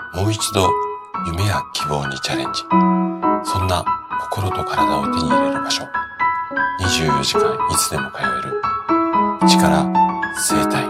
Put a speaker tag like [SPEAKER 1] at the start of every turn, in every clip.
[SPEAKER 1] もう一度夢や希望にチャレンジ。そんな心と体を手に入れる場所。24時間いつでも通える一から整体。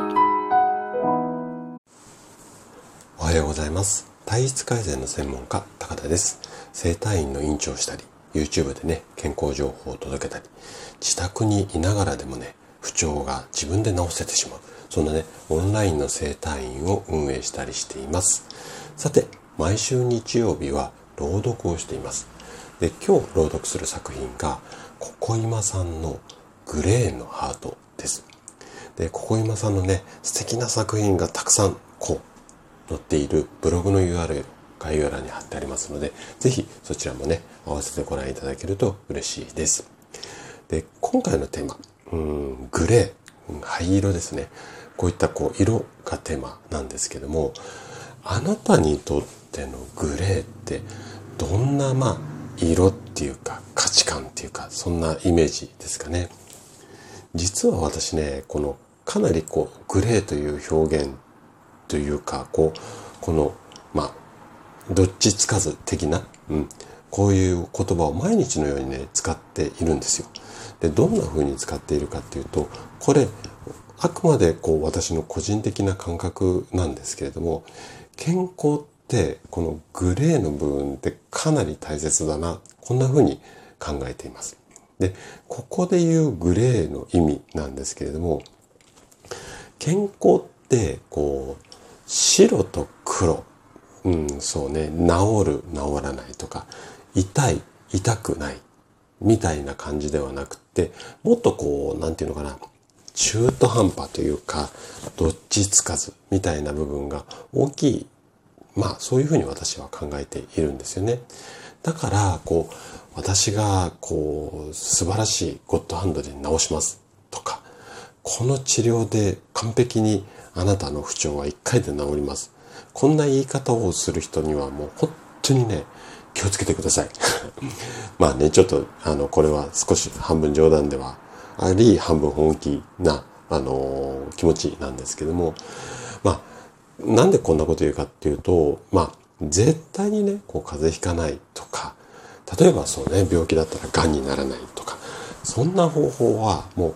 [SPEAKER 2] おはようございます。体質改善の専門家高田です。整体院の院長をしたり YouTube でね健康情報を届けたり、自宅にいながらでもね不調が自分で治せてしまう、そんなねオンラインの整体院を運営したりしています。さて、毎週日曜日は朗読をしています。で、今日朗読する作品がここいまさんのグレーのハートです。で、ここいまさんのね素敵な作品がたくさん載っているブログの URL 概要欄に貼ってありますので、ぜひそちらもね合わせてご覧いただけると嬉しいです。で、今回のテーマ、グレー、灰色ですね。こういった色がテーマなんですけども、あなたにとってのグレーってどんな色っていうか価値観っていうか、そんなイメージですかね。実は私ね、かなりグレーという表現というか、このどっちつかず的な、こういう言葉を毎日のようにね使っているんですよ。で、どんな風に使っているかっていうと、これあくまで私の個人的な感覚なんですけれども、健康ってこのグレーの部分ってかなり大切だな、こんな風に考えています。で、ここで言うグレーの意味なんですけれども、健康って白と黒、そうね、治る治らないとか、痛い痛くないみたいな感じではなくて、もっとなんていうのかな、中途半端というか、どっちつかずみたいな部分が大きい。そういうふうに私は考えているんですよね。だから、私が、素晴らしいゴッドハンドで治しますとか、この治療で完璧にあなたの不調は1回で治ります。こんな言い方をする人にはもう本当にね、気をつけてください。ちょっと、これは少し半分冗談ではあり、半分本気な、気持ちなんですけども、なんでこんなこと言うかっていうと、絶対にね、風邪ひかないとか、例えばそうね、病気だったら癌にならないとか、そんな方法はもう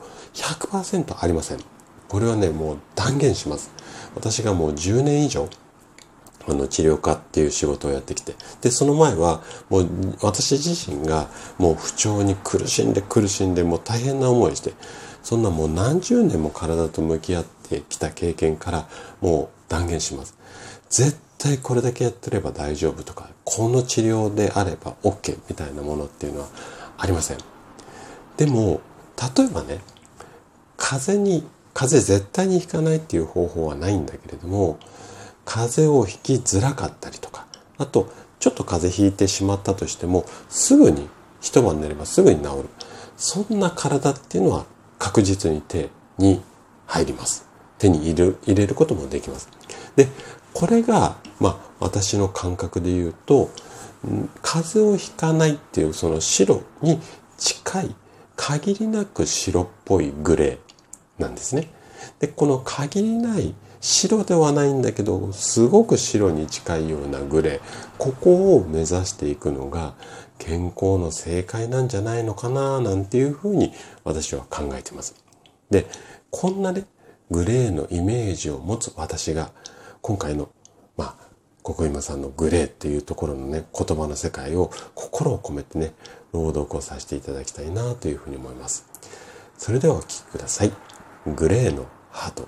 [SPEAKER 2] 100% ありません。これはね、もう断言します。私がもう10年以上、治療家っていう仕事をやってきて、で、その前はもう私自身がもう不調に苦しんでもう大変な思いして、そんなもう何十年も体と向き合ってきた経験からもう断言します。絶対これだけやってれば大丈夫とか、この治療であれば OK みたいなものっていうのはありません。でも、例えばね、風邪絶対にひかないっていう方法はないんだけれども、風邪をひきづらかったりとか、あとちょっと風邪ひいてしまったとしてもすぐに一晩寝ればすぐに治る、そんな体っていうのは確実に手に入ります。手に入れることもできます。で、これが私の感覚で言うと、風邪をひかないっていうその白に近い、限りなく白っぽいグレーなんですね。で、この限りない白ではないんだけど、すごく白に近いようなグレー、ここを目指していくのが健康の正解なんじゃないのかな、なんていうふうに私は考えています。で、こんなね、グレーのイメージを持つ私が、今回の、ここいまさんのグレーっていうところのね、言葉の世界を心を込めてね、朗読をさせていただきたいなというふうに思います。それではお聞きください。グレーのハート。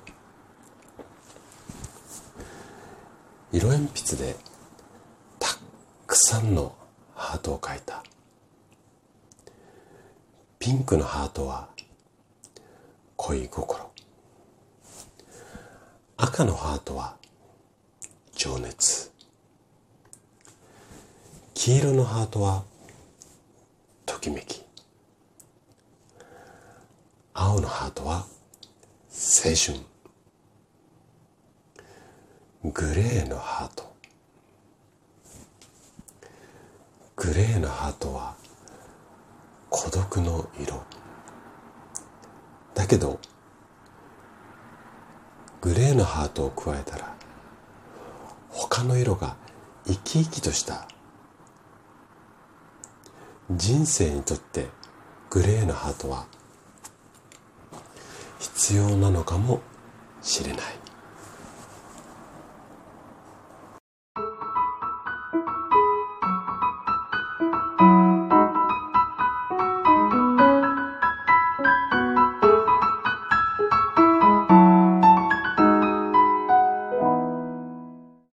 [SPEAKER 2] 色鉛筆でたくさんのハートを描いた。ピンクのハートは恋心、赤のハートは情熱、黄色のハートはときめき、青のハートは青春、グレーのハート。グレーのハートは孤独の色。だけど、グレーのハートを加えたら、他の色が生き生きとした人生にとってグレーのハートは必要なのかもしれない。